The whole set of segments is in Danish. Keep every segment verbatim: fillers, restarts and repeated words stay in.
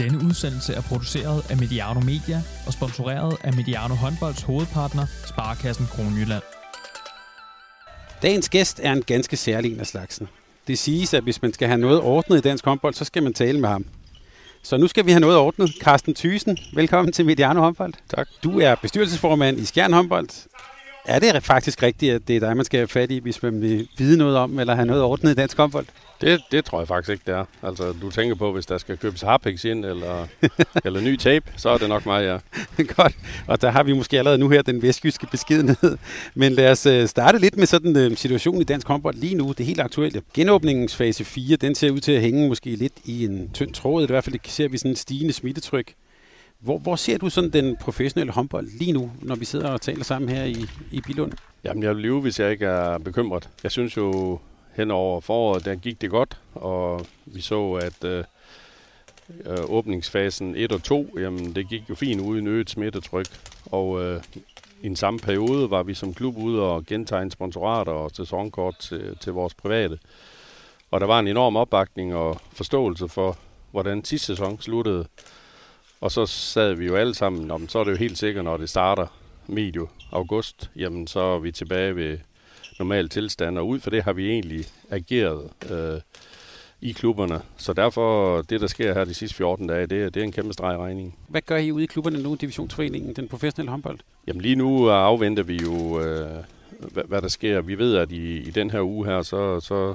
Denne udsendelse er produceret af Mediano Media og sponsoreret af Mediano Håndbolds hovedpartner, Sparekassen Kronjylland. Dagens gæst er en ganske særlig en af slagsen. Det siges, at hvis man skal have noget ordnet i dansk håndbold, så skal man tale med ham. Så nu skal vi have noget ordnet. Carsten Thyssen, velkommen til Mediano Håndbold. Tak. Du er bestyrelsesformand i Skjern Håndbold. Er det faktisk rigtigt, at det er dig, man skal have fat i, hvis man vil vide noget om, eller have noget ordnet i dansk håndbold? Det, det tror jeg faktisk ikke, det er. Altså, du tænker på, hvis der skal købes harpiks ind, eller, eller ny tape, så er det nok mig, ja. Godt, og der har vi måske allerede nu her den vestjyske beskedenhed. Men lad os starte lidt med sådan en situation i dansk håndbold lige nu. Det er helt aktuelt. Genåbningens fase fire, den ser ud til at hænge måske lidt i en tynd tråd. I hvert fald ser vi sådan en stigende smittetryk. Hvor, hvor ser du sådan den professionelle håndbold lige nu, når vi sidder og taler sammen her i, i Billund? Jamen, jeg vil lyve, hvis jeg ikke er bekymret. Jeg synes jo, hen over foråret, der gik det godt, og vi så, at øh, åbningsfasen et og to, jamen, det gik jo fint uden øget smittetryk. Og øh, i den samme periode var vi som klub ude og gentegne sponsorater og sæsonkort til, til vores private. Og der var en enorm opbakning og forståelse for, hvordan sidste sæson sluttede. Og så sad vi jo alle sammen, om så er det jo helt sikkert, når det starter medio august, jamen så er vi tilbage ved normal tilstand, og ud for det har vi egentlig ageret øh, i klubberne. Så derfor, det der sker her de sidste fjorten dage, det, det er en kæmpe streg i regningen. Hvad gør I ude i klubberne nu, divisionsforeningen, den professionelle håndbold? Jamen lige nu afventer vi jo, øh, hvad, hvad der sker. Vi ved, at i, i den her uge her, så, så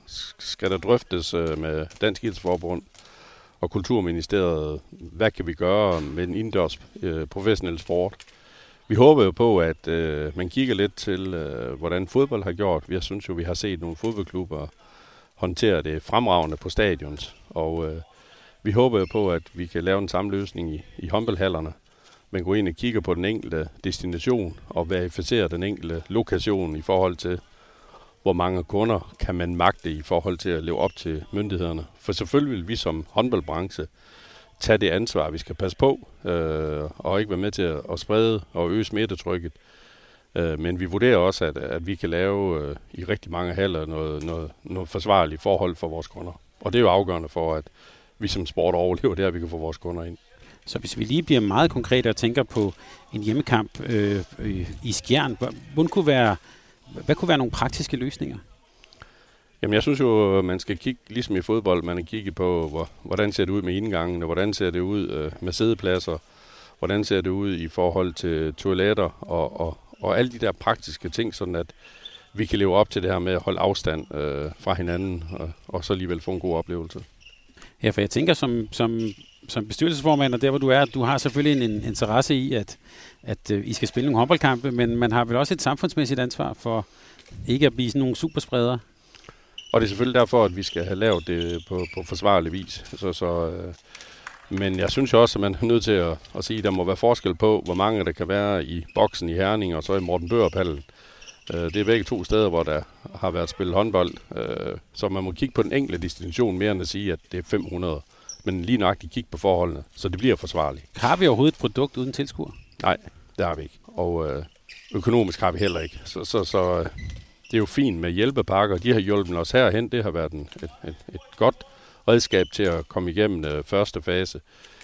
skal der drøftes øh, med Dansk Idrætsforbund og Kulturministeriet, hvad kan vi gøre med en indendørs øh, professionel sport. Vi håber jo på, at øh, man kigger lidt til, øh, hvordan fodbold har gjort. Jeg synes jo, vi har set nogle fodboldklubber håndtere det fremragende på stadions. Og øh, vi håber jo på, at vi kan lave en samme løsning i, i håndboldhallerne. Man går ind og kigger på den enkelte destination og verificerer den enkelte lokation i forhold til, hvor mange kunder kan man magte i forhold til at leve op til myndighederne. For selvfølgelig vil vi som håndboldbranche tage det ansvar, vi skal passe på, øh, og ikke være med til at, at sprede og øge smittetrykket. Øh, men vi vurderer også, at, at vi kan lave øh, i rigtig mange haller noget, noget, noget forsvarligt forhold for vores kunder. Og det er jo afgørende for, at vi som sport overlever det, at vi kan få vores kunder ind. Så hvis vi lige bliver meget konkrete og tænker på en hjemmekamp øh, øh, i Skjern, hvad kunne være, hvad kunne være nogle praktiske løsninger? Jamen, jeg synes jo, man skal kigge, ligesom i fodbold, man har kigget på, hvor, hvordan ser det ud med indgangen, hvordan ser det ud øh, med sædepladser, hvordan ser det ud i forhold til toiletter og, og, og alle de der praktiske ting, sådan at vi kan leve op til det her med at holde afstand øh, fra hinanden, og, og så alligevel få en god oplevelse. Ja, for jeg tænker som, som, som bestyrelsesformand, og der hvor du er, du har selvfølgelig en, en interesse i, at, at øh, I skal spille nogle håndboldkampe, men man har vel også et samfundsmæssigt ansvar for ikke at blive sådan nogle superspredere. Og det er selvfølgelig derfor, at vi skal have lavet det på, på forsvarlig vis. Så, så, øh, men jeg synes jo også, at man er nødt til at, at sige, at der må være forskel på, hvor mange der kan være i boksen i Herning og så i Morten Børup-hallen. Øh, det er begge to steder, hvor der har været spillet håndbold. Øh, så man må kigge på den enkelte destination mere end at sige, at det er fem hundrede. Men lige nøjagtigt kigge på forholdene, så det bliver forsvarligt. Har vi overhovedet et produkt uden tilskuer? Nej, det har vi ikke. Og øh, økonomisk har vi heller ikke. Så... så, så det er jo fint med hjælpepakker. De har hjulpet os herhen. Det har været en, et, et, et godt redskab til at komme igennem øh, første fase.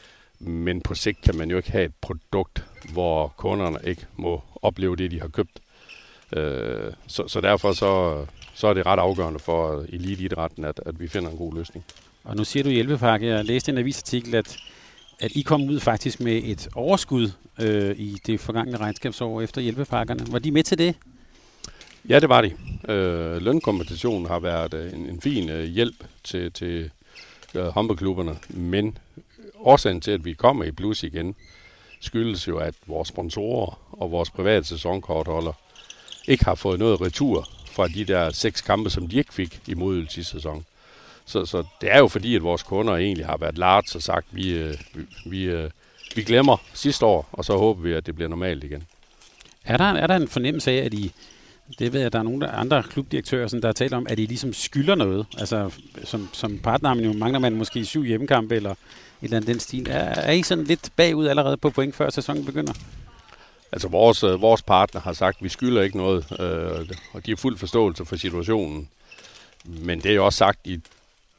Men på sigt kan man jo ikke have et produkt, hvor kunderne ikke må opleve det, de har købt. Øh, så, så derfor så, så er det ret afgørende for eliteidrætten, at, at vi finder en god løsning. Og nu siger du hjælpepakke. Jeg læste en avisartikel, at, at I kom ud faktisk med et overskud øh, i det forgangne regnskabsår efter hjælpepakkerne. Var de med til det? Ja, det var de. Øh, lønkompensationen har været øh, en, en fin øh, hjælp til, til øh, håndboldklubberne, men årsagen til, at vi kommer i plus igen, skyldes jo, at vores sponsorer og vores private sæsonkortholder ikke har fået noget retur fra de der seks kampe, som de ikke fik i modøvelse sidste sæson. Så, så det er jo fordi, at vores kunder egentlig har været larts og sagt, at vi, øh, vi, vi, øh, vi glemmer sidste år, og så håber vi, at det bliver normalt igen. Er der, er der en fornemmelse af, at I... Det ved jeg, at der er nogle andre klubdirektører, som der har talt om, at I ligesom skylder noget. Altså, som, som partner jo mangler man måske syv hjemmekampe eller et eller andet den stil. Er, er I sådan lidt bagud allerede på point, før sæsonen begynder? Altså, vores, vores partner har sagt, at vi skylder ikke noget, øh, og de har fuld forståelse for situationen. Men det er jo også sagt i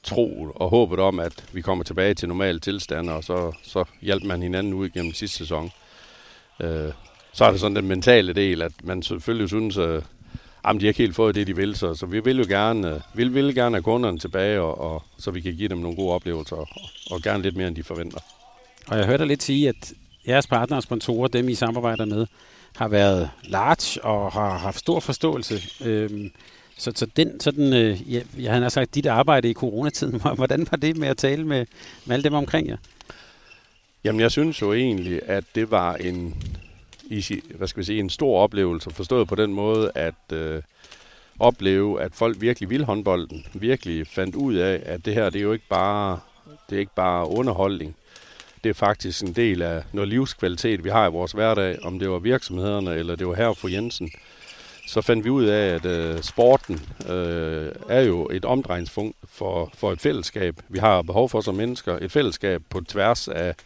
tro og håbet om, at vi kommer tilbage til normale tilstande, og så, så hjælper man hinanden ud gennem sidste sæson. Øh, så er det sådan den mentale del, at man selvfølgelig synes, at jamen, de har ikke helt fået det, de vil, så, så vi vil jo gerne, vi vil gerne have kunderne tilbage, og, og, så vi kan give dem nogle gode oplevelser, og, og gerne lidt mere, end de forventer. Og jeg hørte dig lidt sige, at jeres partnere og sponsorer, dem I samarbejder med, har været large og har haft stor forståelse. Øhm, så, så den, sådan, øh, jeg, jeg havde sagt, dit arbejde i coronatiden, hvordan var det med at tale med, med alle dem omkring jer? Jamen, jeg synes jo egentlig, at det var en, hvad skal vi sige, en stor oplevelse, forstået på den måde, at øh, opleve, at folk virkelig ville håndbolden, virkelig fandt ud af, at det her, det er jo ikke bare, det er ikke bare underholdning. Det er faktisk en del af noget livskvalitet, vi har i vores hverdag, om det var virksomhederne, eller det var her for Jensen. Så fandt vi ud af, at øh, sporten øh, er jo et omdrejningspunkt for, for et fællesskab. Vi har behov for som mennesker et fællesskab på tværs af,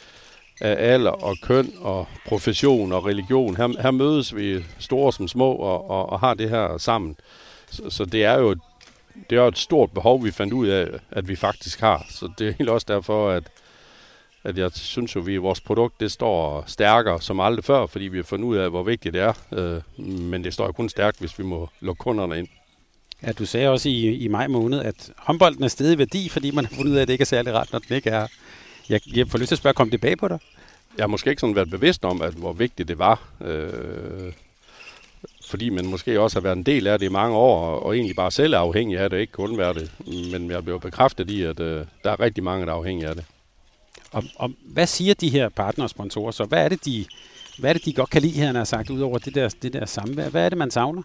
af alder og køn og profession og religion. Her, her mødes vi store som små og, og, og har det her sammen. Så, så det er jo et, det er et stort behov, vi fandt ud af, at vi faktisk har. Så det er helt også derfor, at at jeg synes jo, at vores produkt det står stærkere som aldrig før, fordi vi har fundet ud af, hvor vigtigt det er. Øh, men det står jo kun stærkt, hvis vi må lukke kunderne ind. Ja, du sagde også i, i maj måned, at håndbolden er steget i værdi, fordi man har fundet ud af, at det ikke er særlig ret, når den ikke er. Jeg, jeg får lyst til at spørge, kom det bag på dig? Jeg har måske ikke sådan været bevidst om, at hvor vigtigt det var. Øh, fordi man måske også har været en del af det i mange år, og, og egentlig bare selv er afhængig af det, ikke kun være det. Men jeg blev bekræftet i, at øh, der er rigtig mange, der er afhængige af det. Og, og hvad siger de her partner og sponsorer så? Hvad er det, de, hvad er det, de godt kan lide, her, han har sagt, ud over det der, det der samvær? Hvad er det, man savner?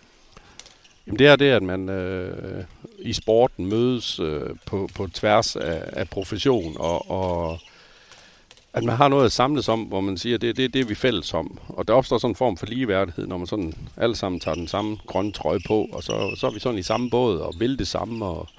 Jamen det er det, at man øh, i sporten mødes øh, på, på tværs af, af profession, og, og at man har noget at samles om, hvor man siger, at det, det er det, vi er fælles om. Og der opstår sådan en form for ligeværdighed, når man sådan alle sammen tager den samme grønne trøje på, og så, så er vi sådan i samme båd og vil det samme, og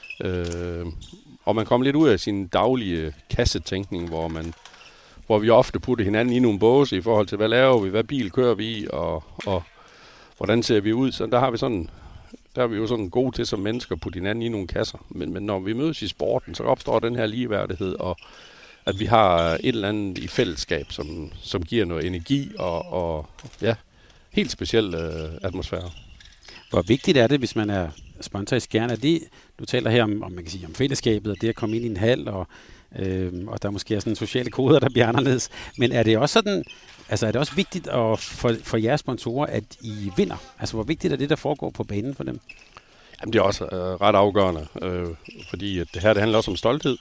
øh, Og man kommer lidt ud af sin daglige kassetænkning, hvor man, hvor vi ofte putter hinanden i nogle båse i forhold til, hvad laver vi, hvad bil kører vi i, og, og hvordan ser vi ud. Så der har vi sådan, der er vi jo sådan gode til som mennesker at putte hinanden i nogle kasser. Men, men når vi mødes i sporten, så opstår den her ligeværdighed, og at vi har et eller andet i fællesskab, som, som giver noget energi og, og ja, helt speciel øh, atmosfære. Hvor vigtigt er det, hvis man er sponsor i Skjern? Er det, du taler her om, om, man kan sige, om fællesskabet, og det at komme ind i en hal, og, øh, og der måske er sådan sociale koder, der bliver anderledes. Men er det også sådan, altså er det også vigtigt at, for, for jeres sponsorer, at I vinder? Altså hvor vigtigt er det, der foregår på banen for dem? Jamen det er også øh, ret afgørende, øh, fordi at det her det handler også om stolthed.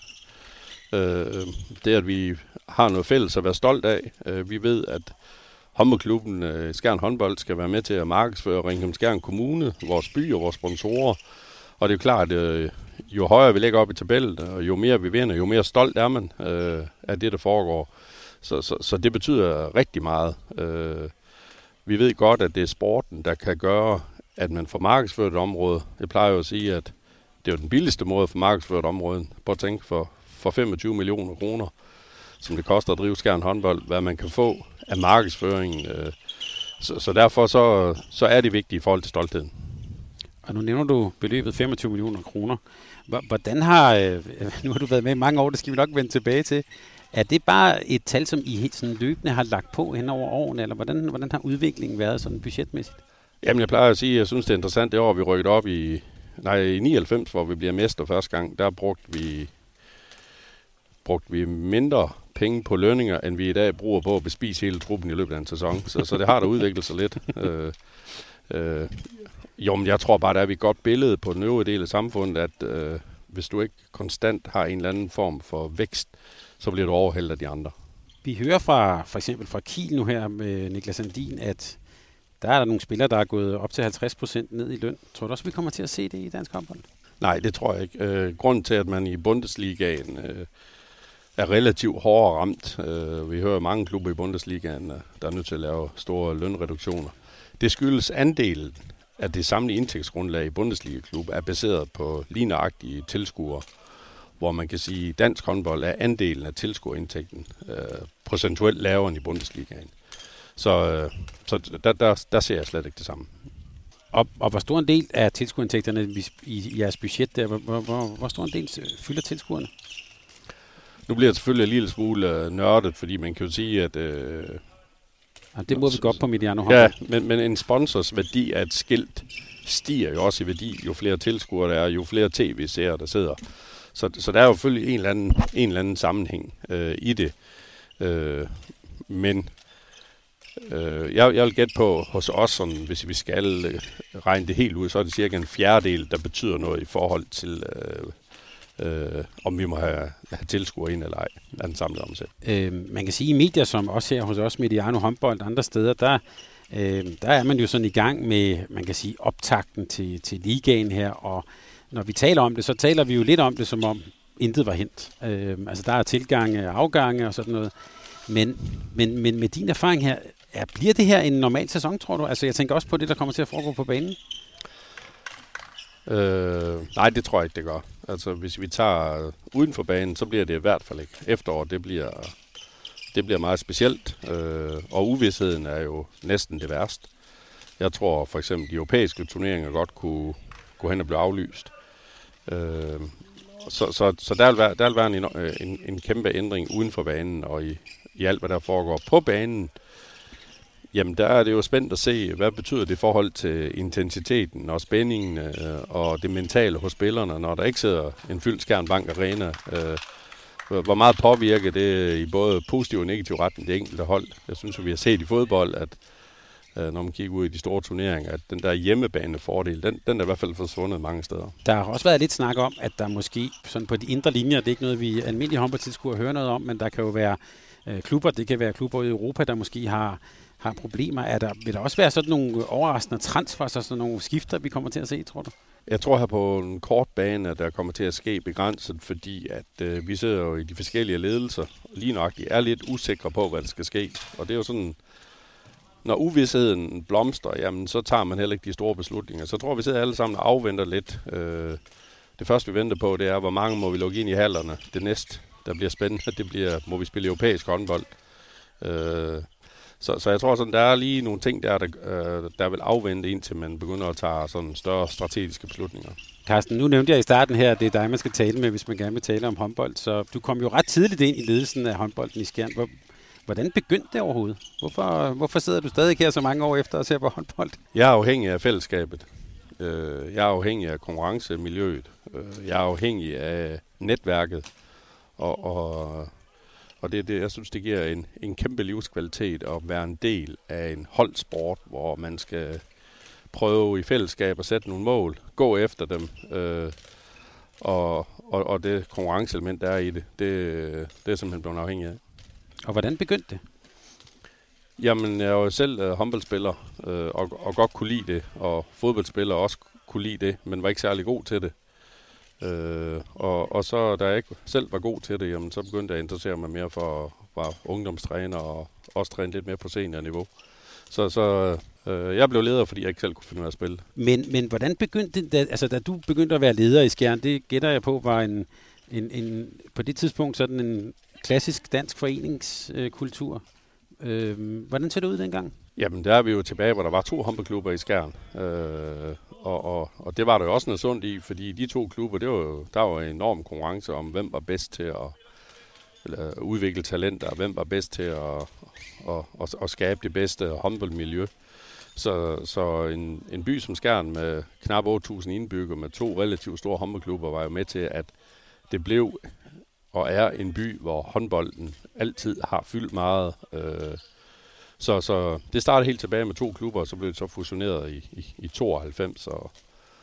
Øh, det at vi har noget fælles at være stolt af. Øh, vi ved, at håndboldklubben øh, Skjern Håndbold skal være med til at markedsføre Ringkøbing Skjern Kommune, vores by og vores sponsorer. Og det er klart, at øh, jo højere vi lægger op i tabellen, og jo mere vi vinder, jo mere stolt er man øh, af det, der foregår. Så, så, så det betyder rigtig meget. Øh, vi ved godt, at det er sporten, der kan gøre, at man får markedsført et område. Jeg plejer jo at sige, at det er jo den billigste måde at få markedsført området. Prøv at tænke for, for femogtyve millioner kroner, som det koster at drive Skjern Håndbold, hvad man kan få af markedsføringen. Så, så derfor så, så er det vigtigt i forhold til stoltheden. Og nu nævner du beløbet femogtyve millioner kroner. Hvordan har, nu har du været med i mange år, det skal vi nok vende tilbage til. Er det bare et tal, som I helt sådan løbende har lagt på hen over årene, eller hvordan, hvordan har udviklingen været sådan budgetmæssigt? Jamen jeg plejer at sige, at jeg synes det er interessant, det år vi rykkede op i, nej, i nioghalvfems, hvor vi bliver mester første gang, der brugte vi, brugte vi mindre penge på lønninger, end vi i dag bruger på at bespise hele truppen i løbet af en sæson. Så, så det har der udviklet sig lidt. Øh, øh, jo, men jeg tror bare, der er vi et godt billede på den øvrige del af samfundet, at øh, hvis du ikke konstant har en eller anden form for vækst, så bliver du overhældt af de andre. Vi hører fra for eksempel fra Kiel nu her med Niklas Sandin, at der er der nogle spillere, der er gået op til halvtreds procent ned i løn. Tror du også, vi kommer til at se det i dansk håndbold? Nej, det tror jeg ikke. Øh, grunden til, at man i Bundesligaen øh, er relativt hårdere ramt. Øh, vi hører mange klubber i Bundesligaen, der er nødt til at lave store lønreduktioner. Det skyldes andelen, at det samlede indtægtsgrundlag i Bundesliga-klub er baseret på lige nøjagtige tilskuere, hvor man kan sige, at dansk håndbold er andelen af tilskuerindtægten øh, procentuelt lavere end i Bundesligaen. Så, øh, så der, der, der ser jeg slet ikke det samme. Og, og hvor stor en del af tilskuerindtægterne i, i jeres budget der, hvor, hvor, hvor, hvor stor en del fylder tilskuerne? Nu bliver det selvfølgelig en lille smule uh, nørdet, fordi man kan jo sige, at... Uh, ja, det må vi godt på Mediano. Ja, men, men en sponsors værdi af et skilt stiger jo også i værdi, jo flere tilskuere der er, jo flere tv-seere der sidder. Så, så der er jo selvfølgelig en eller anden, en eller anden sammenhæng øh, i det. Øh, men øh, jeg, jeg vil gætte på, hos os, sådan, hvis vi skal øh, regne det helt ud, så er det cirka en fjerdedel, der betyder noget i forhold til, øh, øh, om vi må have, have tilskuere ind eller ej, af den samlede omsætning. Øh, man kan sige, i medier, som også her hos os, Mediano Håndbold og andre steder, der, øh, der er man jo sådan i gang med, man kan sige, optakten til, til ligaen her, og når vi taler om det, så taler vi jo lidt om det, som om intet var hent. Øh, altså, der er tilgange og afgange og sådan noget. Men, men, men med din erfaring her, er, bliver det her en normal sæson, tror du? Altså, jeg tænker også på det, der kommer til at foregå på banen. Øh, nej, det tror jeg ikke, det gør. Altså, hvis vi tager uden for banen, så bliver det i hvert fald ikke. Efterår, det bliver, det bliver meget specielt, øh, og uvidsheden er jo næsten det værste. Jeg tror for eksempel, de europæiske turneringer godt kunne gå hen og blive aflyst. Øh, så, så, så der vil være, der vil være en, en, en kæmpe ændring uden for banen, og i, i alt, hvad der foregår på banen. Jamen, der er det jo spændt at se, hvad betyder det i forhold til intensiteten og spændingen øh, og det mentale hos spillerne, når der ikke sidder en fyldt skærmbank arena. Øh, hvor meget påvirker det i både positiv og negativ retning det enkelte hold? Jeg synes jo, vi har set i fodbold, at øh, når man kigger ud i de store turneringer, at den der hjemmebanefordel, den, den er i hvert fald forsvundet mange steder. Der har også været lidt snak om, at der måske sådan på de indre linjer, det er ikke noget, vi almindelige håndboldtilskuere hører noget om, men der kan jo være øh, klubber, det kan være klubber i Europa, der måske har har problemer. Er der, vil der også være sådan nogle overraskende transfers og sådan nogle skifter, vi kommer til at se, tror du? Jeg tror her på en kort bane, at der kommer til at ske begrænset, fordi at øh, vi sidder jo i de forskellige ledelser, lige nøjagtigt er lidt usikre på, hvad der skal ske. Og det er jo sådan, når uvidsheden blomster, jamen så tager man heller ikke de store beslutninger. Så tror vi sidder alle sammen og afventer lidt. Øh, det første vi venter på, det er, hvor mange må vi lukke ind i hallerne. Det næste, der bliver spændende, det bliver, må vi spille europæisk håndbold. Øh, Så, så jeg tror sådan, der er lige nogle ting der, der, øh, der vil afvente indtil man begynder at tage sådan større strategiske beslutninger. Carsten, nu nævnte jeg i starten her, at det er dig, man skal tale med, hvis man gerne vil tale om håndbold. Så du kom jo ret tidligt ind i ledelsen af håndbolden i Skjern. Hvor, hvordan begyndte det overhovedet? Hvorfor, hvorfor sidder du stadig her så mange år efter og ser på håndbold? Jeg er afhængig af fællesskabet. Jeg er afhængig af konkurrencemiljøet. Jeg er afhængig af netværket. Og... og Og det er det, jeg synes, det giver en, en kæmpe livskvalitet at være en del af en holdsport, hvor man skal prøve i fællesskab at sætte nogle mål, gå efter dem, øh, og, og, og det konkurrenceelement, der er i det, det, det er simpelthen blevet afhængig af. Og hvordan begyndte det? Jamen, jeg er jo selv øh, håndboldspiller, øh, og, og godt kunne lide det, og fodboldspiller også kunne lide det, men var ikke særlig god til det. Øh, og, og så da jeg ikke selv var god til det, jamen, så begyndte jeg at interessere mig mere for at være ungdomstræner og også træne lidt mere på seniorniveau. Så, så øh, jeg blev leder, fordi jeg ikke selv kunne finde ud af at spille. Men, men hvordan begyndte det? Da, altså, da du begyndte at være leder i Skjern, det gætter jeg på, var en, en, en på det tidspunkt sådan en klassisk dansk foreningskultur. Øh, hvordan ser det ud dengang? Jamen, der er vi jo tilbage, hvor der var to håndboldklubber i Skjern. Øh, og, og, og det var der jo også noget sundt i, fordi de to klubber, det var jo, der var en enorm konkurrence om, hvem var bedst til at eller, udvikle talenter, og hvem var bedst til at, at, at, at skabe det bedste håndboldmiljø. Så, så en, en by som Skjern med knap otte tusind indbyggere med to relativt store håndboldklubber var jo med til, at det blev og er en by, hvor håndbolden altid har fyldt meget. Øh, så, så det startede helt tilbage med to klubber, og så blev det så fusioneret i, i, i tooghalvfems, og,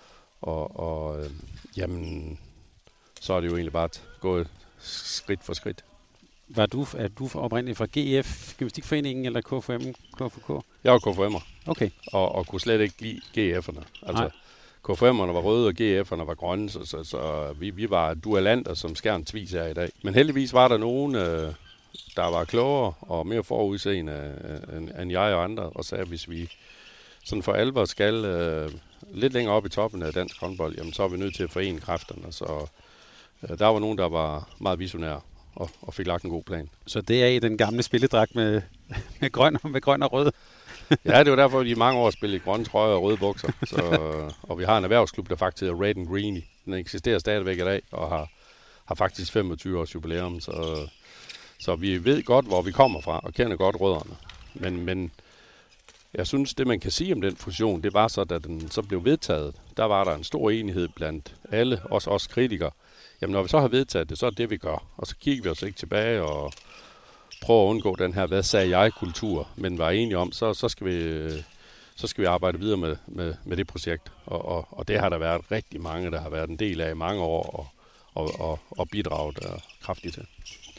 og, og øh, jamen, så er det jo egentlig bare gået skridt for skridt. Var du, er du oprindeligt fra G F, Gymnastikforeningen, eller K F M, K F K? Jeg var K F M'er, okay. og, og kunne slet ikke lide G F'erne. Altså, nej. K F M'erne var røde, og G F'erne var grønne, så, så, så vi, vi var duellanter, som Skjern Tvis er i dag. Men heldigvis var der nogen, øh, der var klogere og mere forudseende end, end jeg og andre, og sagde, at hvis vi sådan for alvor skal øh, lidt længere op i toppen af dansk håndbold, jamen, så er vi nødt til at forene kræfterne. Så øh, der var nogen, der var meget visionære og, og fik lagt en god plan. Så det er i den gamle spilledragt med, med, grøn, med grøn og rød? Ja, det var derfor, at de i mange år spillede i grønne trøjer og røde bukser. Så, og vi har en erhvervsklub, der faktisk hedder Red and Greeny. Den eksisterer stadigvæk i dag, og har, har faktisk femogtyve års jubilæum. Så, så vi ved godt, hvor vi kommer fra, og kender godt rødderne. Men, men jeg synes, det man kan sige om den fusion, det var så, da den så blev vedtaget, der var der en stor enighed blandt alle, også os kritikere. Jamen, når vi så har vedtaget det, så er det, vi gør. Og så kigger vi os ikke tilbage og prøver at undgå den her, hvad sagde jeg-kultur, men var enige om, så, så, skal vi, så skal vi arbejde videre med, med, med det projekt. Og, og, og det har der været rigtig mange, der har været en del af i mange år, og, og, og, og bidraget uh, kraftigt til.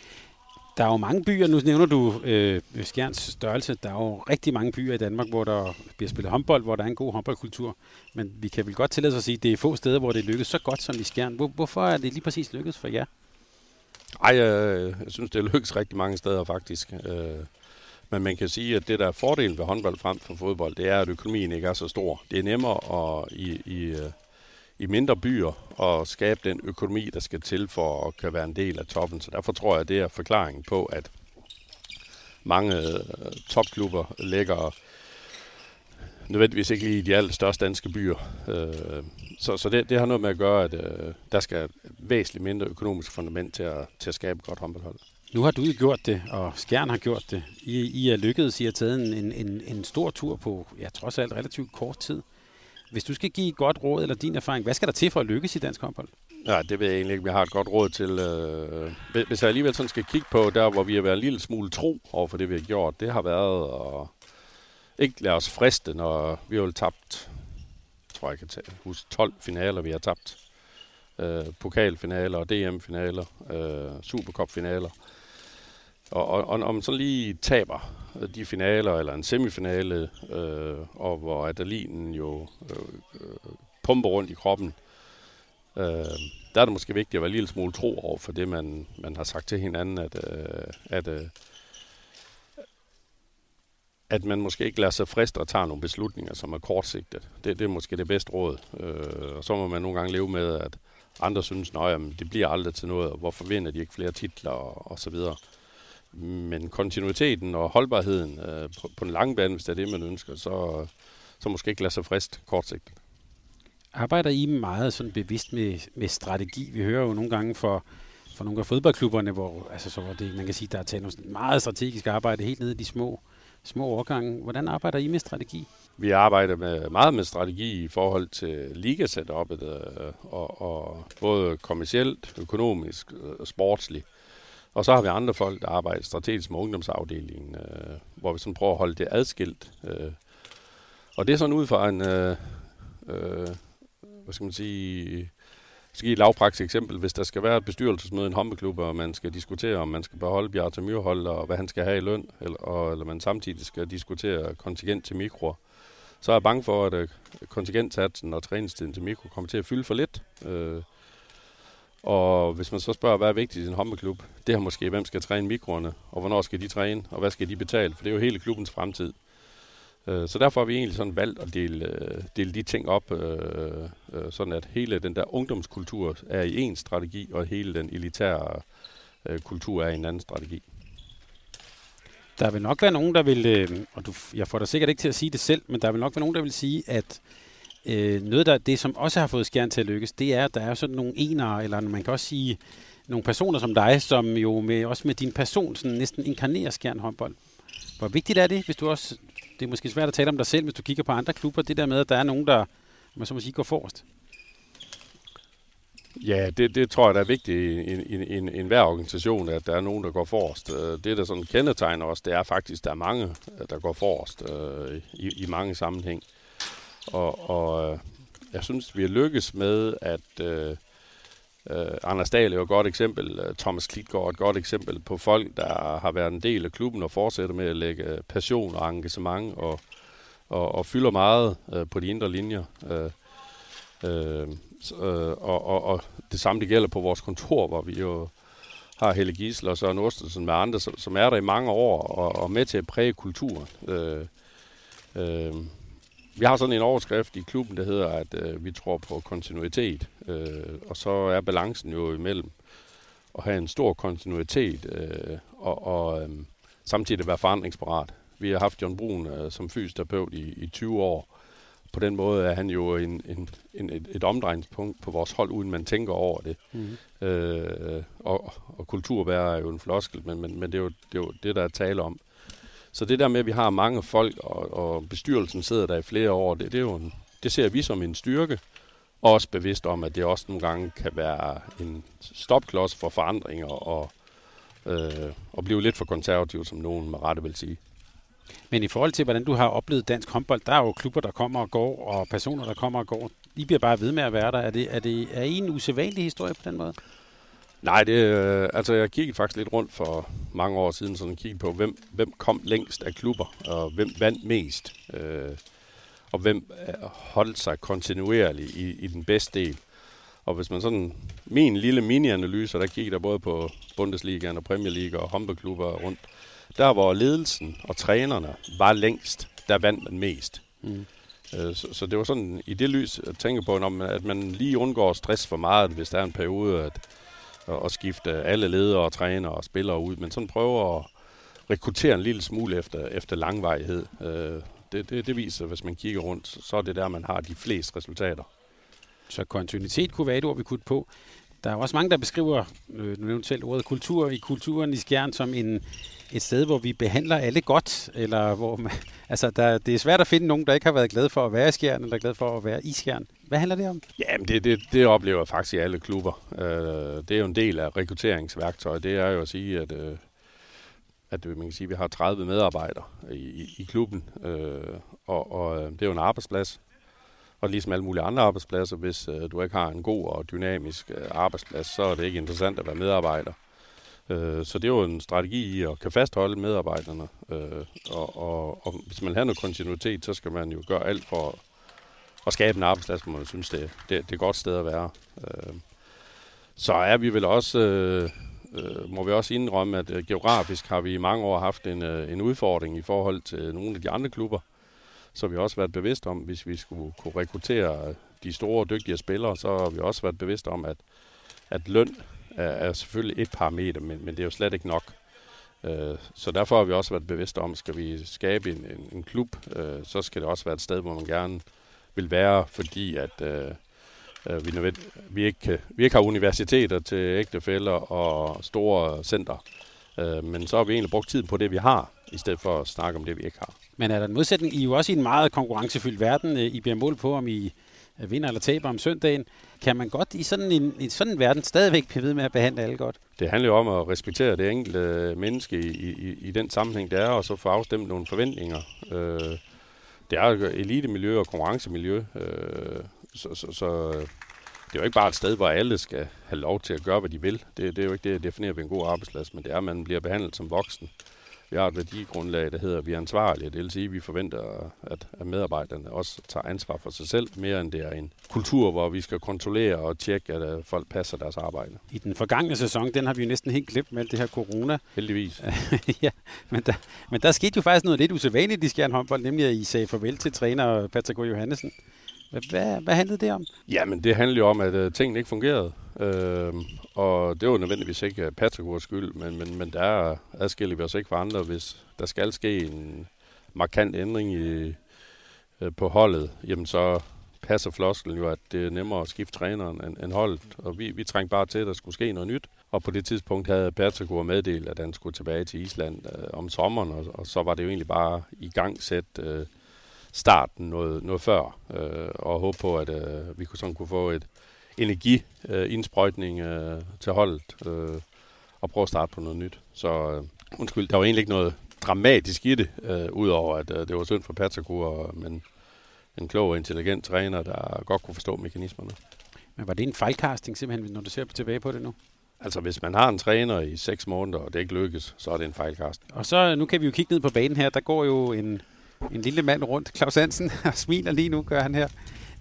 Der er jo mange byer, nu nævner du øh, Skjerns størrelse, der er jo rigtig mange byer i Danmark, hvor der bliver spillet håndbold, hvor der er en god håndboldkultur. Men vi kan vel godt tillade os at sige, at det er få steder, hvor det lykkes så godt som i Skjern. Hvor, hvorfor er det lige præcis lykkedes for jer? Ej, jeg, jeg synes, det lykkes rigtig mange steder faktisk. Øh, men man kan sige, at det der er fordelen ved håndbold frem for fodbold, det er, at økonomien ikke er så stor. Det er nemmere at, i, i, i mindre byer at skabe den økonomi, der skal til for at kan være en del af toppen. Så derfor tror jeg, at det er forklaringen på, at mange øh, topklubber ligger nødvendigvis ikke i de allerstørste danske byer. Øh, så så det, det har noget med at gøre, at øh, der skal et væsentligt mindre økonomisk fundament til at, til at skabe et godt håndboldhold. Nu har du jo gjort det, og Skjern har gjort det. I, I er lykkedes, I har taget en, en, en stor tur på, ja, trods alt relativt kort tid. Hvis du skal give et godt råd eller din erfaring, hvad skal der til for at lykkes i dansk håndbold? Ja, det ved jeg egentlig ikke, om jeg har et godt råd til. Øh, hvis jeg alligevel sådan skal kigge på der, hvor vi har været en lille smule tro over for det, vi har gjort, det har været at ikke lade os friste, når vi har tabt, tror jeg kan tage, husk tolv finaler, vi har tabt. Øh, pokalfinaler og D M-finaler, øh, Supercup-finaler. Og, og, og om man så lige taber de finaler, eller en semifinale, øh, og hvor adrenalinen jo øh, øh, pumper rundt i kroppen, øh, der er det måske vigtigt at være en lille smule tro over for det, man, man har sagt til hinanden, at, øh, at, øh, at man måske ikke lader sig friste og tager nogle beslutninger, som er kortsigtet. Det, det er måske det bedste råd. Øh, og så må man nogle gange leve med, at andre synes, at det bliver aldrig til noget, og hvorfor vinder de ikke flere titler, og, og så videre. Men kontinuiteten og holdbarheden øh, på, på den lange bane, hvis det er det, man ønsker, så, så måske ikke lade sig frist kortsigtet. Arbejder I meget sådan bevidst med, med strategi? Vi hører jo nogle gange for, for nogle af fodboldklubberne, hvor, altså, så hvor det, man kan sige, der er talt om sådan meget strategisk arbejde helt nede i de små, små overgange. Hvordan arbejder I med strategi? Vi arbejder med, meget med strategi i forhold til ligasetup'et, øh, og, og både kommercielt, økonomisk og sportsligt. Og så har vi andre folk, der arbejder strategisk med ungdomsafdelingen, øh, hvor vi sådan prøver at holde det adskilt. Øh. Og det er sådan ud fra en, øh, øh, hvad skal man sige, jeg skal give et lavpraktisk eksempel. Hvis der skal være et bestyrelsesmøde i en håndboldklub, og man skal diskutere, om man skal beholde Bjarte Myrhold, og hvad han skal have i løn, eller, og, eller man samtidig skal diskutere kontingent til mikro, så er jeg bange for, at øh, kontingentsatsen og træningstiden til mikro kommer til at fylde for lidt. Øh. Og hvis man så spørger, hvad er vigtigt i en håndboldklub, det er måske, hvem skal træne mikroerne, og hvornår skal de træne, og hvad skal de betale, for det er jo hele klubbens fremtid. Så derfor har vi egentlig sådan valgt at dele, dele de ting op, sådan at hele den der ungdomskultur er i en strategi, og hele den elitære kultur er i en anden strategi. Der vil nok være nogen, der vil, og du, jeg får dig sikkert ikke til at sige det selv, men der vil nok være nogen, der vil sige, at Øh, noget, der det som også har fået Skjern til at lykkes, det er, at der er sådan nogle enere, eller man kan også sige, nogle personer som dig, som jo med, også med din person sådan næsten inkarnerer Skjern håndbold. Hvor vigtigt er det, hvis du også, det er måske svært at tale om dig selv, hvis du kigger på andre klubber, det der med, at der er nogen, der, man så må sige, går forrest? Ja, det, det tror jeg, der er vigtigt i en, en, en, en hver organisation, at der er nogen, der går forrest. Det, der sådan kendetegner os, det er faktisk, at der er mange, der går forrest øh, i, i mange sammenhæng. Og, og jeg synes, vi har lykkes med, at øh, øh, Anders Dahl er jo et godt eksempel, Thomas Klitgaard er et godt eksempel på folk, der har været en del af klubben og fortsætter med at lægge passion og engagement og, og, og fylder meget øh, på de indre linjer. Øh, øh, og, og, og det samme det gælder på vores kontor, hvor vi jo har Helle Giesel og Søren Ostersen med andre, som, som er der i mange år og, og med til at præge kulturen. Øh, øh, Vi har sådan en overskrift i klubben, der hedder, at øh, vi tror på kontinuitet. Øh, og så er balancen jo imellem at have en stor kontinuitet øh, og, og øh, samtidig være forandringsparat. Vi har haft John Brun øh, som fysioterapeut i, i tyve år. På den måde er han jo en, en, en, et, et omdrejningspunkt på vores hold, uden man tænker over det. Mm. Øh, og, og kulturbærer er jo en floskel, men, men, men det, er jo, det er jo det, der er tale om. Så det der med, at vi har mange folk, og, og bestyrelsen sidder der i flere år, det, det, er jo en, det ser vi som en styrke. Og også bevidst om, at det også nogle gange kan være en stopklods for forandringer og, øh, og blive lidt for konservativ, som nogen med rette vil sige. Men i forhold til, hvordan du har oplevet dansk håndbold, der er jo klubber, der kommer og går, og personer, der kommer og går. I bliver bare ved med at være der. Er, det, er, det, er I en usædvanlig historie på den måde? Nej, det, øh, altså jeg kiggede faktisk lidt rundt for mange år siden, sådan kiggede på, hvem, hvem kom længst af klubber, og hvem vandt mest. Øh, og hvem holdt sig kontinuerligt i, i den bedste del. Og hvis man sådan, min lille mini-analyse, der kiggede der både på Bundesligaen og Premier League og håndboldklubber rundt, der hvor ledelsen og trænerne var længst, der vandt man mest. Mm. Så, så det var sådan i det lys at tænke på, at man lige undgår stress for meget, hvis der er en periode at, at skifte alle ledere og trænere og spillere ud, men sådan prøver at rekruttere en lille smule efter, efter langvarighed. Det, det, det viser, hvis man kigger rundt, så er det der, man har de fleste resultater. Så kontinuitet kunne være et ord, vi kunne på. Der er også mange, der beskriver, øh, nu nævnte selv ordet kultur, i kulturen i Skjern som en, et sted, hvor vi behandler alle godt, eller hvor man, altså der, det er svært at finde nogen, der ikke har været glad for at være i Skjern, eller glad for at være i Skjern. Hvad handler det om? Jamen, det, det, det oplever jeg faktisk i alle klubber. Øh, det er jo en del af rekrutteringsværktøjet. Det er jo at sige, at øh, at man kan sige, at vi har tredive medarbejdere i, i, i klubben, øh, og, og det er jo en arbejdsplads. Og ligesom alle mulige andre arbejdspladser, hvis øh, du ikke har en god og dynamisk øh, arbejdsplads, så er det ikke interessant at være medarbejder. Øh, så det er jo en strategi i at kan fastholde medarbejderne. Øh, og, og, og hvis man har noget kontinuitet, så skal man jo gøre alt for at, at skabe en arbejdsplads, hvor man synes, det, det, det er et godt sted at være. Øh, så er vi vel også... Øh, Øh, må vi også indrømme, at øh, geografisk har vi i mange år haft en, øh, en udfordring i forhold til nogle af de andre klubber. Så har vi også været bevidst om, hvis vi skulle kunne rekruttere de store og dygtige spillere, så har vi også været bevidst om, at, at løn er, er selvfølgelig et parameter, men, men det er jo slet ikke nok. Øh, så derfor har vi også været bevidst om, skal vi skabe en, en, en klub, øh, så skal det også være et sted, hvor man gerne vil være, fordi at... Øh, Vi, nødvendig, vi, ikke, vi ikke har universiteter til ægtefæller og store center, øh, men så har vi egentlig brugt tid på det, vi har, i stedet for at snakke om det, vi ikke har. Men er der en modsætning? I er jo også i en meget konkurrencefyldt verden. I bliver målt på, om I vinder eller taber om søndagen. Kan man godt i sådan en, i sådan en verden stadigvæk blive ved med at behandle alle godt? Det handler jo om at respektere det enkelte menneske i, i, i den sammenhæng, der er, og så få afstemt nogle forventninger. Øh, det er jo elitemiljø og konkurrencemiljø, øh, Så, så, så det er jo ikke bare et sted, hvor alle skal have lov til at gøre, hvad de vil. Det, det er jo ikke det, der definerer ved en god arbejdsplads, men det er, at man bliver behandlet som voksen. Vi har et værdigrundlag, der hedder, at vi er ansvarlige. Det vil sige, at vi forventer, at, at medarbejderne også tager ansvar for sig selv, mere end det er en kultur, hvor vi skal kontrollere og tjekke, at folk passer deres arbejde. I den forgangne sæson, den har vi jo næsten helt glemt med alt det her corona. Heldigvis. Ja, men der, men der skete jo faktisk noget lidt usædvanligt i Skjern håndbold, nemlig at I sagde farvel til træner Patrick Johannesen. Hvad, hvad handlede det om? Jamen, det handlede jo om, at uh, tingene ikke fungerede. Uh, og det var nødvendigvis ikke Patricks skyld, men, men, men der adskiller vi os ikke fra andre. Hvis der skal ske en markant ændring i, uh, på holdet, jamen så passer floskelen jo, at det er nemmere at skifte træneren end, end holdet. Og vi, vi trængte bare til, at der skulle ske noget nyt. Og på det tidspunkt havde Patrick meddelt, at han skulle tilbage til Island uh, om sommeren, og, og så var det jo egentlig bare i gang sæt uh, starten noget, noget før, øh, og håbe på, at øh, vi kunne, sådan kunne få et energiindsprøjtning øh, øh, til holdet, øh, og prøve at starte på noget nyt. Så øh, undskyld, der var egentlig ikke noget dramatisk i det, øh, udover at øh, det var synd for Patrick, men en klog og intelligent træner, der godt kunne forstå mekanismerne. Men var det en fejlcasting simpelthen, når du ser tilbage på det nu? Altså, hvis man har en træner i seks måneder, og det ikke lykkes, så er det en fejlcasting. Og så, nu kan vi jo kigge ned på banen her, der går jo en En lille mand rundt, Claus Hansen, og smiler lige nu, gør han her.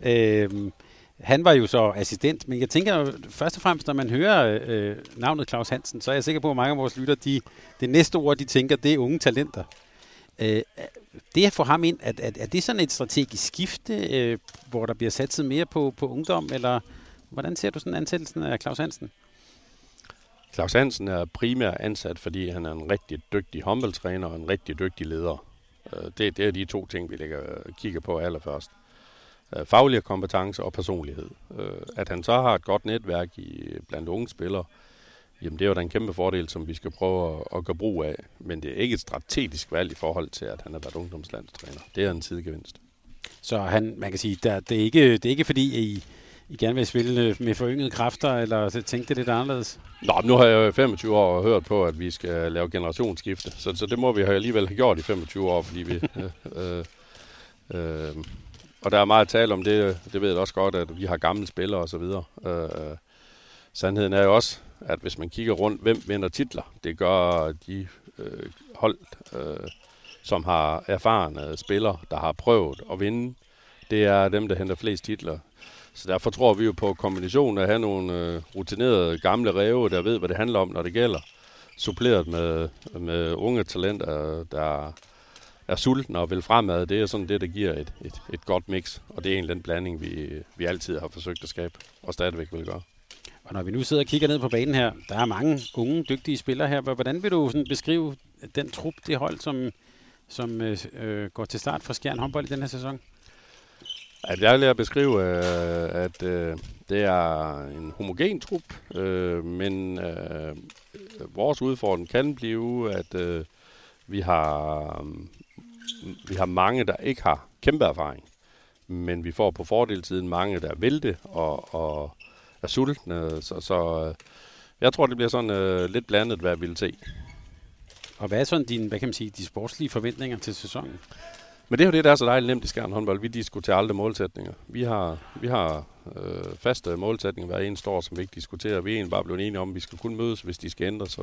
Øhm, han var jo så assistent, men jeg tænker først og fremmest, når man hører øh, navnet Claus Hansen, så er jeg sikker på, at mange af vores lytter, de, det næste ord, de tænker, det er unge talenter. Øh, det at få ham ind, er, er, er det sådan et strategisk skifte, øh, hvor der bliver satset mere på, på ungdom, eller hvordan ser du sådan ansættelsen af Claus Hansen? Claus Hansen er primært ansat, fordi han er en rigtig dygtig håndboldtræner og en rigtig dygtig leder. Øh, det, det er de to ting, vi lægger, kigger på allerførst. Øh, faglige kompetencer og personlighed. Øh, at han så har et godt netværk i, blandt unge spillere, jamen det er jo da en kæmpe fordel, som vi skal prøve at, at gøre brug af. Men det er ikke et strategisk valg i forhold til, at han har været ungdomslandstræner. Det er en sidegevinst. Så han, man kan sige, der, det, er ikke, det er ikke fordi, I, I gerne vil spille med foryngede kræfter, eller tænkte det lidt anderledes? Nå, nu har jeg jo femogtyve år hørt på, at vi skal lave generationsskifte. Så, så det må vi alligevel have gjort i femogtyve år, fordi vi... øh, øh, øh, og der er meget tale om det, det ved jeg også godt, at vi har gamle spillere og så videre. Øh, sandheden er jo også, at hvis man kigger rundt, hvem vinder titler, det gør de øh, hold, øh, som har erfarne spillere, der har prøvet at vinde. Det er dem, der henter flest titler. Så derfor tror vi jo på kombinationen af at have nogle øh, rutinerede gamle ræve, der ved, hvad det handler om, når det gælder. Suppleret med, med unge talenter, der er sultne og vil fremad. Det er sådan det, der giver et, et, et godt mix. Og det er egentlig den blanding, vi, vi altid har forsøgt at skabe og stadigvæk vil gøre. Og når vi nu sidder og kigger ned på banen her, der er mange unge, dygtige spillere her. Hvordan vil du sådan beskrive den trup, det hold, som, som øh, går til start for Skjern håndbold i den her sæson? At jeg vil at beskrive, øh, at øh, det er en homogen trup, øh, men øh, vores udfordring kan blive, at øh, vi har vi har mange, der ikke har kæmpe erfaring, men vi får på fordeltiden mange, der vil det og, og er sultne, så, så øh, jeg tror, det bliver sådan øh, lidt blandet, hvad jeg vil se. Og hvad er sådan dine, hvad kan man sige, de sportslige forventninger til sæsonen? Men det er jo det, der er så dejligt nemt i Skjern håndbold. Vi diskuterer aldrig målsætninger. Vi har, vi har øh, faste målsætninger hver eneste år, som vi ikke diskuterer. Vi er egentlig bare blevet enige om, at vi skal kun mødes, hvis de skal ændre sig.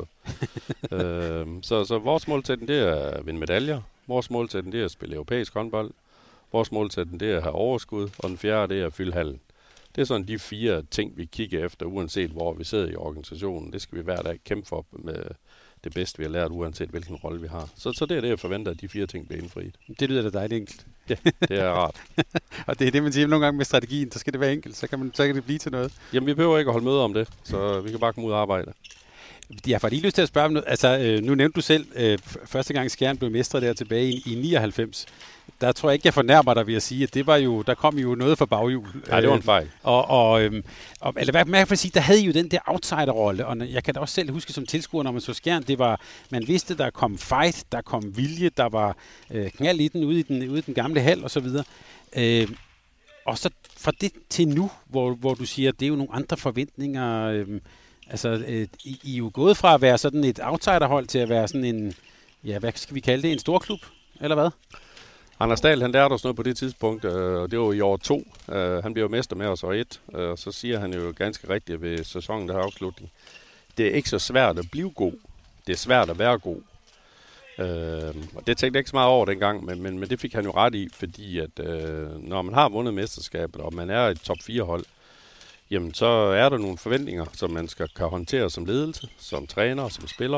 øh, så, så vores målsætning, det er at vinde medaljer. Vores målsætning, det er at spille europæisk håndbold. Vores målsætning, det er at have overskud. Og den fjerde, det er at fylde hallen. Det er sådan de fire ting, vi kigger efter, uanset hvor vi sidder i organisationen. Det skal vi hver dag kæmpe for med det bedste, vi har lært, uanset hvilken rolle vi har. Så, så det er det, jeg forventer, at de fire ting bliver indfriet. Det lyder da dejligt enkelt. Ja, det er rart. Og det er det, man siger nogle gange med strategien. Så skal det være enkelt, så kan, man, så kan det blive til noget. Jamen, vi behøver ikke at holde møder om det, så vi kan bare komme ud og arbejde. Jeg får lige lyst til at spørge om noget. Altså, øh, nu nævnte du selv, øh, første gang Skjern blev mestre der tilbage i, i nioghalvfems. Der tror jeg ikke, jeg fornærmer dig ved at sige, at det var jo, der kom jo noget fra baghjul. Nej, det var en fejl. Øh, og, og, øhm, og, eller hvad man kan sige, der havde I jo den der outsider-rolle, og jeg kan da også selv huske som tilskuer, når man så Skjern, det var, man vidste, der kom fight, der kom vilje, der var øh, knald i den ude i den, ude i den gamle hal og så videre. Øh, og så fra det til nu, hvor, hvor du siger, at det er jo nogle andre forventninger. Øh, altså, øh, I, I er jo gået fra at være sådan et outsider-hold til at være sådan en, ja, hvad skal vi kalde det, en storklub, eller hvad? Anders Dahl, han lærte os noget på det tidspunkt, øh, og det var i år to. Øh, han blev jo mester med os år et, øh, og så siger han jo ganske rigtigt ved sæsonen, der har afslutning. Det er ikke så svært at blive god. Det er svært at være god. Øh, og det tænkte jeg ikke så meget over dengang, men, men, men det fik han jo ret i, fordi at øh, når man har vundet mesterskabet, og man er et top fire hold, jamen så er der nogle forventninger, som man skal kan håndtere som ledelse, som træner, som spiller.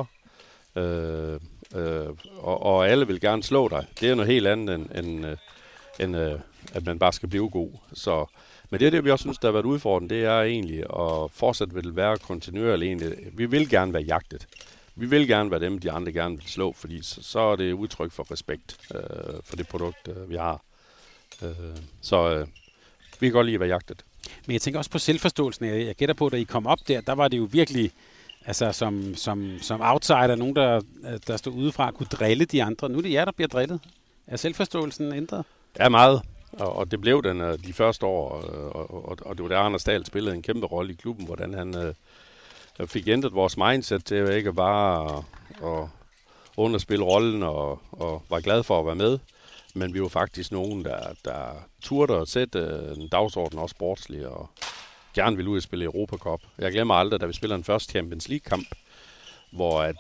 Øh, Øh, og, og alle vil gerne slå dig. Det er noget helt andet, end, end, end øh, at man bare skal blive god. Så, men det er det, vi også synes, der har været udfordrende, det er egentlig at fortsat vil være kontinuerligt. Vi vil gerne være jagtet. Vi vil gerne være dem, de andre gerne vil slå, fordi så, så er det udtryk for respekt øh, for det produkt, øh, vi har. Øh, så øh, vi kan godt lide at være jagtet. Men jeg tænker også på selvforståelsen. Jeg gætter på, da I kom op der, der var det jo virkelig... Altså som, som, som outsider, nogen der, der stod udefra, kunne drille de andre. Nu er det jer, der bliver drillet. Er selvforståelsen ændret? Ja, meget. Og, og det blev den de første år. Og, og, og det var der, Anders Dahl spillede en kæmpe rolle i klubben, hvordan han øh, fik ændret vores mindset til ikke bare at underspille rollen og, og var glad for at være med. Men vi var faktisk nogen, der, der turde at sætte en dagsorden også sportslig og gerne ville ud og spille Europa Cup. Jeg glemmer aldrig, da vi spiller en første Champions League-kamp, hvor at,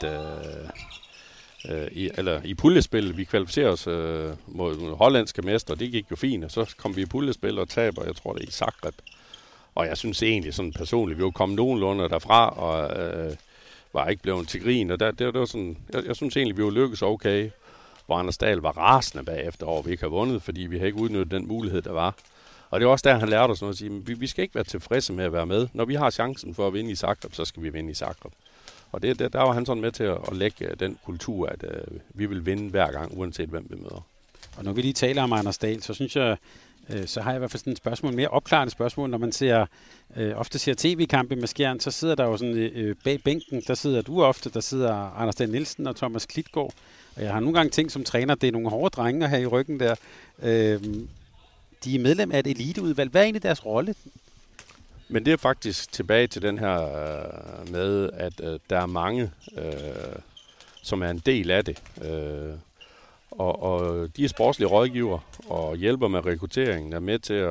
øh, øh, i, eller i puljespil, vi kvalificerer os øh, mod hollandske mester, det gik jo fint, og så kom vi i puljespil og taber, jeg tror det er i Zagreb. Og jeg synes egentlig sådan personligt, vi var kommet nogenlunde derfra, og øh, var ikke blevet til grin, og der, det, det var sådan, jeg, jeg synes egentlig, vi var lykkedes okay, hvor Anders Dahl var rasende bagefter over, vi ikke har vundet, fordi vi har ikke udnyttet den mulighed, der var. Og det er også der, han lærte os noget at sige, vi, vi skal ikke være tilfredse med at være med. Når vi har chancen for at vinde i Zagreb, så skal vi vinde i Zagreb. Og det, det, der var han sådan med til at, at lægge den kultur, at øh, vi vil vinde hver gang, uanset hvem vi møder. Og når vi lige taler om Anders Dahl, så synes jeg, øh, så har jeg i hvert fald sådan et spørgsmål, mere opklarende spørgsmål, når man ser, øh, ofte ser tv-kampe med Skjern, så sidder der jo sådan øh, bag bænken, der sidder du ofte, der sidder Anders Dahl Nielsen og Thomas Klitgaard. Og jeg har nogle gange tænkt som træner, det er nogle hårde drenge at have i ryggen der. Øh, de er medlem af et eliteudvalg. Hvad er egentlig deres rolle? Men det er faktisk tilbage til den her øh, med, at øh, der er mange, øh, som er en del af det. Øh, og, og de er sportslige rådgiver og hjælper med rekrutteringen, er med til at,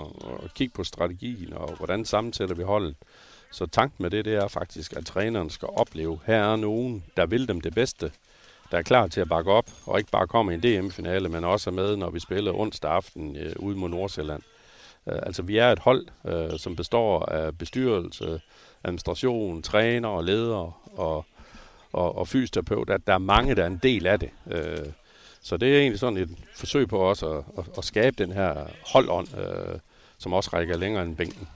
at kigge på strategien og hvordan sammensætter vi holdet. Så tanken med det, det er faktisk, at træneren skal opleve, her er nogen, der vil dem det bedste, der er klar til at bakke op, og ikke bare komme i en D M-finale, men også er med, når vi spiller onsdag aften øh, ude mod Nordsjælland. Uh, altså, vi er et hold, uh, som består af bestyrelse, administration, træner og ledere og, og, og fysioterapeut. Der, der er mange, der er en del af det. Uh, så det er egentlig sådan et forsøg på os at, at, at skabe den her holdånd, uh, som også rækker længere end bænken.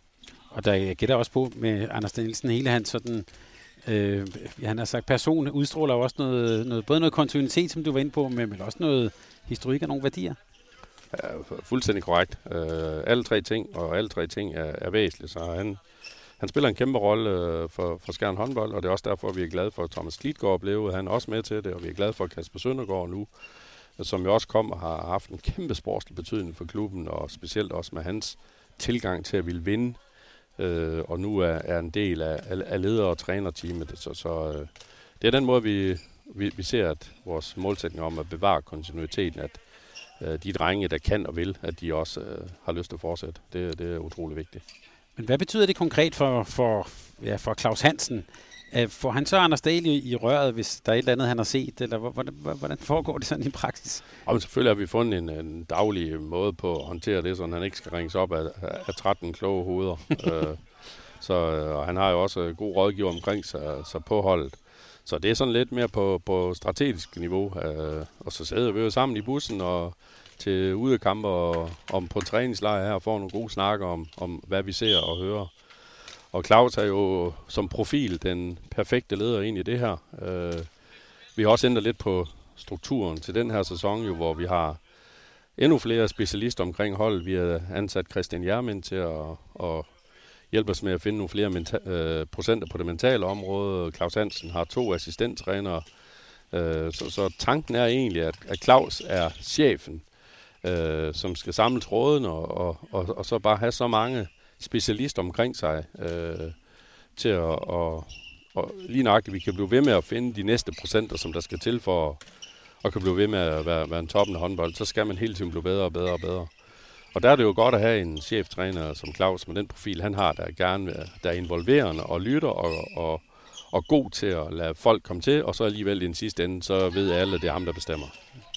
Og der jeg gætter også på med Anders Nielsen, hele hans sådan... Øh, han har sagt, person udstråler også noget, noget, både noget kontinuitet, som du var inde på, men, men også noget historik og nogle værdier. Ja, fuldstændig korrekt. Øh, alle tre ting, og alle tre ting er, er væsentlige. Så han, han spiller en kæmpe rolle øh, for, for Skjern håndbold, og det er også derfor, vi er glade for, at Thomas Klitgaard blev. Han er også med til det, og vi er glade for Kasper Søndergaard nu, som jo også kom og har haft en kæmpe sportslig betydning for klubben, og specielt også med hans tilgang til at ville vinde. Øh, og nu er, er en del af, af leder- og trænerteamet. Så, så øh, det er den måde, vi, vi, vi ser, at vores målsætning om at bevare kontinuiteten, at øh, de drenge, der kan og vil, at de også øh, har lyst til at fortsætte. Det, det er utrolig vigtigt. Men hvad betyder det konkret for, for, ja, for Claus Hansen? Uh, får han så Anders Dahl i, i røret, hvis der er et eller andet, han har set? Eller hvordan, hvordan foregår det sådan i praksis? Og selvfølgelig har vi fundet en, en daglig måde på at håndtere det, så han ikke skal ringes op af, af tretten kloge hoveder. uh, så uh, han har jo også god rådgiver omkring sig, så på holdet. Så det er sådan lidt mere på, på strategisk niveau. Uh, og så sidder vi jo sammen i bussen og til udekamper og om på træningslejr her og får nogle gode snakker om, om, hvad vi ser og hører. Og Claus er jo som profil den perfekte leder ind i det her. Uh, vi har også ændret lidt på strukturen til den her sæson, jo, hvor vi har endnu flere specialister omkring holdet. Vi har ansat Christian Jermin til at, at hjælpe os med at finde nogle flere menta- uh, procenter på det mentale område. Claus Hansen har to assistenttrænere. Uh, så, så tanken er egentlig, at, at Claus er chefen, uh, som skal samle tråden og, og, og, og så bare have så mange specialister omkring sig øh, til at og, og lige nøjagtigt, vi kan blive ved med at finde de næste procenter, som der skal til for at, at kan blive ved med at være, være en toppen af håndbold. Så skal man hele tiden blive bedre og bedre og bedre. Og der er det jo godt at have en cheftræner som Claus med den profil, han har, der gerne der er involverende og lytter og, og, og god til at lade folk komme til, og så alligevel i den sidste ende, så ved alle, at det er ham, der bestemmer.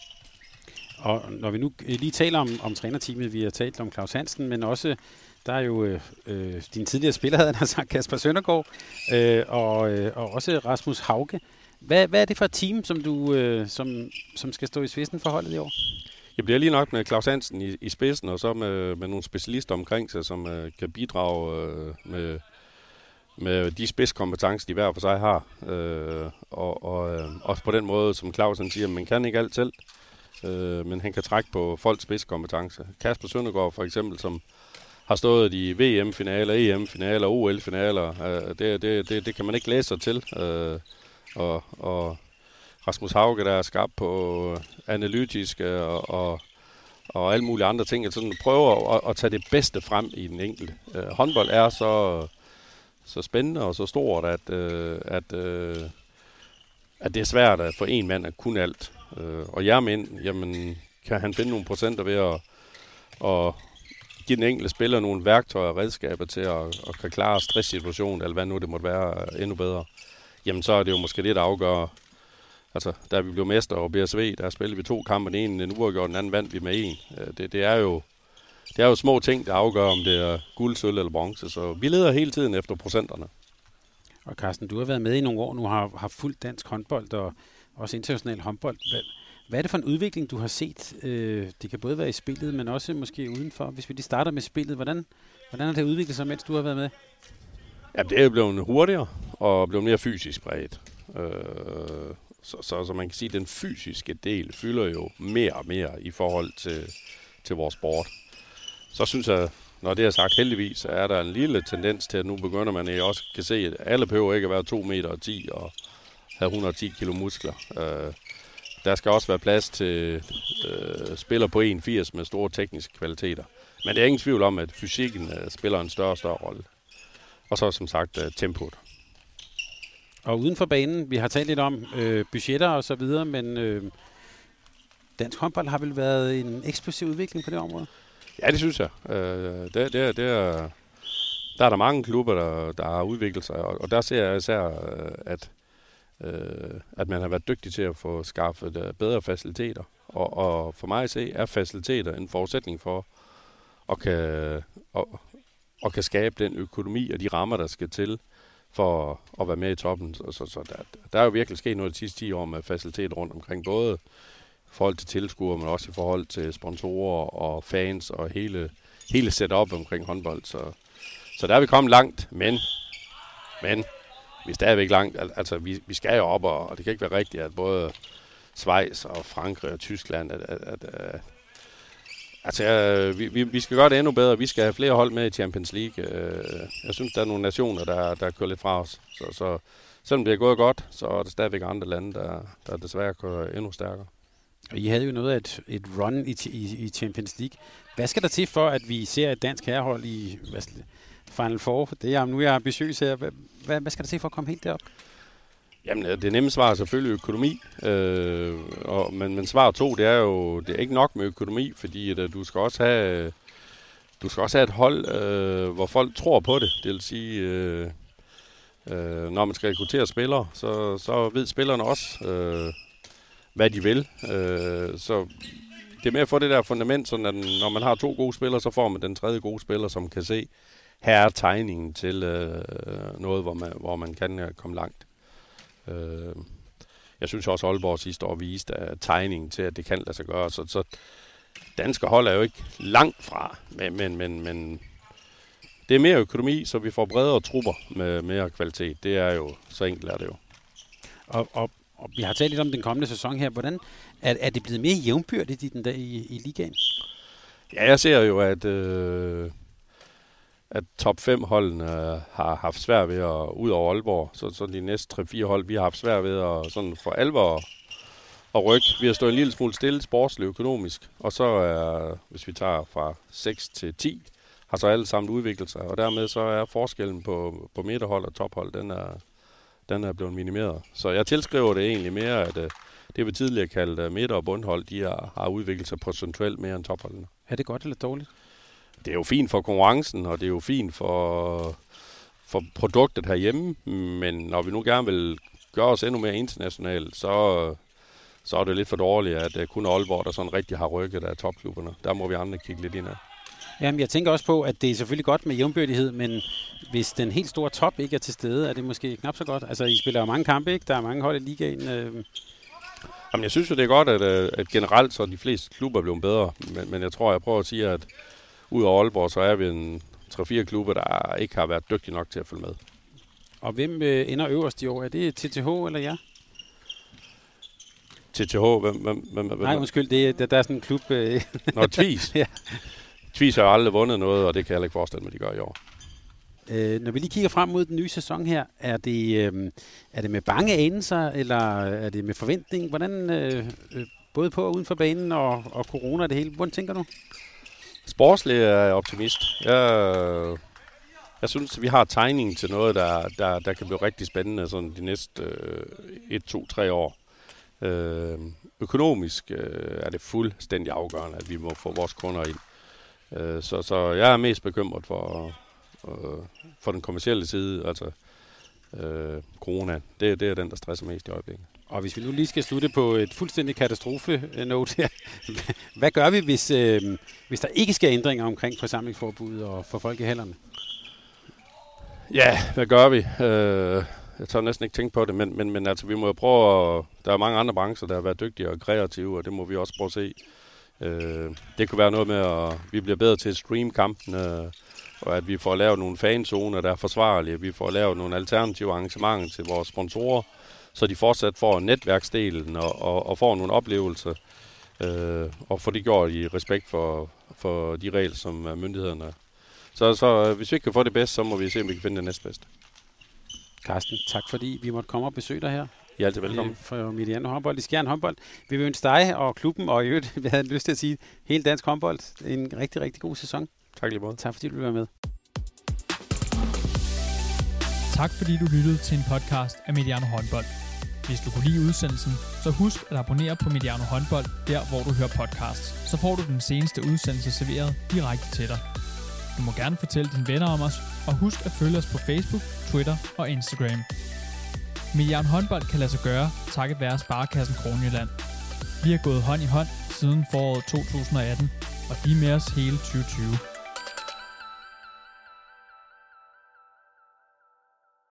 Og når vi nu lige taler om, om trænerteamet, vi har talt om Claus Hansen, men også der er jo øh, øh, din tidligere spiller, havde han sagt, Kasper Søndergaard, øh, og, øh, og også Rasmus Hauge. Hvad, hvad er det for et team, som du øh, som, som skal stå i spidsen for holdet i år? Jeg bliver lige nok med Claus Hansen i, i spidsen, og så med, med nogle specialister omkring sig, som øh, kan bidrage øh, med, med de spidskompetencer, de hver for sig har. Øh, og og øh, også på den måde, som Claus han siger, man kan ikke alt selv, øh, men han kan trække på folks spidskompetencer. Kasper Søndergaard for eksempel, som har stået i V M-finaler, E M-finaler, O L-finaler. Uh, det, det, det, det kan man ikke læse sig til. Uh, og, og Rasmus Hauge, der er skabt på analytiske og, og, og alle mulige andre ting. Altså, prøver at, at tage det bedste frem i den enkelte. Uh, håndbold er så, så spændende og så stort, at, uh, at, uh, at det er svært at for en mand at kunne alt. Uh, og Jermin, jamen, kan han finde nogle procenter ved at, at give den enkelte spiller nogle værktøjer og redskaber til at, at kan klare stresssituationen, eller hvad nu det måtte være, endnu bedre, jamen så er det jo måske det, der afgør. Altså, da vi blev mester og B S V, der spillede vi to kampe, den ene en uafgjort, den anden vandt vi med en. Det, det, er jo, det er jo små ting, der afgør, om det er guld, sølv eller bronze, så vi leder hele tiden efter procenterne. Og Carsten, du har været med i nogle år nu, har, har fulgt dansk håndbold og også international håndbold. Hvad, hvad er det for en udvikling, du har set? Øh, det kan både være i spillet, men også måske udenfor. Hvis vi lige starter med spillet, hvordan, hvordan har det udviklet sig, mens du har været med? Ja, det er blevet hurtigere og blevet mere fysisk bredt. Øh, så, så, så man kan sige, at den fysiske del fylder jo mere og mere i forhold til, til vores sport. Så synes jeg, når det er sagt heldigvis, så er der en lille tendens til, at nu begynder man jo også kan se, at alle behøver ikke at være to meter og ti og have et hundrede og ti kilo muskler. Øh, der skal også være plads til øh, spillere på en komma firs med store tekniske kvaliteter. Men det er ingen tvivl om, at fysikken øh, spiller en større og større rolle. Og så som sagt øh, tempoet. Og uden for banen, vi har talt lidt om øh, budgetter og så videre, men øh, dansk håndbold har vel været en eksplosiv udvikling på det område? Ja, det synes jeg. Øh, det, det, det er, der er der mange klubber, der, der har udviklet sig, og, og der ser jeg især, at, øh, at man har været dygtig til at få skaffet bedre faciliteter. Og, og for mig at se, er faciliteter en forudsætning for at kan, og, og kan skabe den økonomi og de rammer, der skal til for at være med i toppen. Så, så, så der, der er jo virkelig sket noget de sidste ti år med faciliteter rundt omkring, både i forhold til tilskuere, men også i forhold til sponsorer og fans og hele, hele setup omkring håndbold. Så, så der er vi kommet langt, men, men vi er stadigvæk langt. Altså, vi, vi skal jo op, og, og det kan ikke være rigtigt, at både Schweiz og Frankrig og Tyskland, at, at, at, at altså, vi, vi, vi skal gøre det endnu bedre. Vi skal have flere hold med i Champions League. Jeg synes, der er nogle nationer, der, der kører lidt fra os. Så, så selvom det er gået godt, så er der stadigvæk andre lande, der, der desværre kører endnu stærkere. Og I havde jo noget af et, et run i, i, i Champions League. Hvad skal der til for, at vi ser et dansk herrehold i hvad, Final Four? Det er, nu er jeg ambitiøs her. Hvad, hvad skal der til for at komme helt derop? Jamen, det nemme svar er selvfølgelig økonomi. Øh, og, men, men svar to, det er jo det er ikke nok med økonomi, fordi at, du skal også have du skal også have et hold, øh, hvor folk tror på det. Det vil sige, øh, øh, når man skal rekruttere spillere, så, så ved spillerne også, øh, hvad de vil. Øh, så det er med at få det der fundament, sådan at når man har to gode spillere, så får man den tredje gode spiller, som kan se, her er tegningen til øh, noget, hvor man, hvor man kan uh, komme langt. Øh, jeg synes også, at Aalborg sidste år viste uh, tegningen til, at det kan lade sig gøre. Så, så danske hold er jo ikke langt fra, men, men, men, men det er mere økonomi, så vi får bredere trupper med mere kvalitet. Det er jo, så enkelt er det jo. Og, og, og vi har talt lidt om den kommende sæson her. Hvordan er, er det blevet mere jævnbyrdigt i den der i, i ligaen? Ja, jeg ser jo, at, øh, at top fem holdene har haft svært ved at, ud over Aalborg, så, så de næste tre fire hold, vi har haft svært ved at sådan for alvor at rykke. Vi har stået en lille smule stille sportsligt økonomisk, og så er, hvis vi tager fra seks til ti, har så alle sammen udviklet sig, og dermed så er forskellen på, på midterhold og tophold, den er, den er blevet minimeret. Så jeg tilskriver det egentlig mere, at uh, det vi tidligere kaldte midter- og bundhold, de har, har udviklet sig procentuelt mere end topholdene. Er det godt eller dårligt? Det er jo fint for konkurrencen, og det er jo fint for, for produktet herhjemme, men når vi nu gerne vil gøre os endnu mere internationalt, så, så er det lidt for dårligt, at uh, kun Aalborg, der sådan rigtig har rykket af topklubberne. Der må vi andre kigge lidt ind af. Jamen, jeg tænker også på, at det er selvfølgelig godt med jævnbyrdighed, men hvis den helt store top ikke er til stede, er det måske knap så godt. Altså, I spiller jo mange kampe, ikke? Der er mange hold i ligaen. Øh. Jamen, jeg synes jo, det er godt, at, at generelt så er de fleste klubber blevet bedre. Men, men jeg tror, jeg prøver at sige, at ud af Aalborg, så er vi en tre fire klubber, der ikke har været dygtige nok til at følge med. Og hvem øh, ender øverst i år? Er det T T H eller jer? T T H? Hvem, hvem, hvem, Nej, undskyld, det er, der, der er sådan en klub... Øh. Nå, Tvis. Ja. Tvis har jo aldrig vundet noget, og det kan jeg ikke forestille mig, de gør i år. Øh, når vi lige kigger frem mod den nye sæson her, er det, øh, er det med bange anelser, eller er det med forventning? Hvordan, øh, både på og uden for banen og, og corona og det hele, hvordan tænker du? Sportsligt er jeg optimist. Jeg, jeg synes, vi har tegningen til noget, der, der, der kan blive rigtig spændende sådan de næste øh, et, to, tre år. Øh, økonomisk øh, er det fuldstændig afgørende, at vi må få vores kunder ind. Øh, så, så jeg er mest bekymret for, øh, for den kommercielle side, altså øh, corona. Det, det er den, der stresser mest i øjeblikket. Og hvis vi nu lige skal slutte på et fuldstændig katastrofe-note her, hvad gør vi, hvis, øh, hvis der ikke sker ændringer omkring forsamlingsforbud og for folk i hallerne? Ja, hvad gør vi? Øh, jeg tør næsten ikke tænke på det, men, men, men altså, vi må jo prøve at... Der er mange andre brancher, der har været dygtige og kreative, og det må vi også prøve at se. Øh, det kunne være noget med, at vi bliver bedre til at streame kampene, og at vi får lavet nogle fanzoner, der er forsvarlige. Vi får lavet nogle alternative arrangementer til vores sponsorer, så de fortsat får netværksdelen og, og, og får nogle oplevelser, øh, og får det gjort i respekt for, for de regler, som myndighederne. Så, så hvis vi ikke kan få det bedst, så må vi se, om vi kan finde det næstbedste. Carsten, tak fordi vi måtte komme og besøge dig her. I er altid velkommen. For Mediano håndbold i Skjern håndbold. Vi vil ønske dig og klubben, og i øvrigt, vi havde lyst til at sige, hele dansk håndbold, en rigtig, rigtig god sæson. Tak lige måde. Tak fordi du vil være med. Tak fordi du lyttede til en podcast af Mediano Håndbold. Hvis du kunne lide udsendelsen, så husk at abonnere på Mediano Håndbold, der hvor du hører podcasts. Så får du den seneste udsendelse serveret direkte til dig. Du må gerne fortælle dine venner om os, og husk at følge os på Facebook, Twitter og Instagram. Mediano Håndbold kan lade sig gøre, takket være Sparekassen Kronjylland. Vi har gået hånd i hånd siden foråret to tusind og atten, og de er med os hele tyve tyve.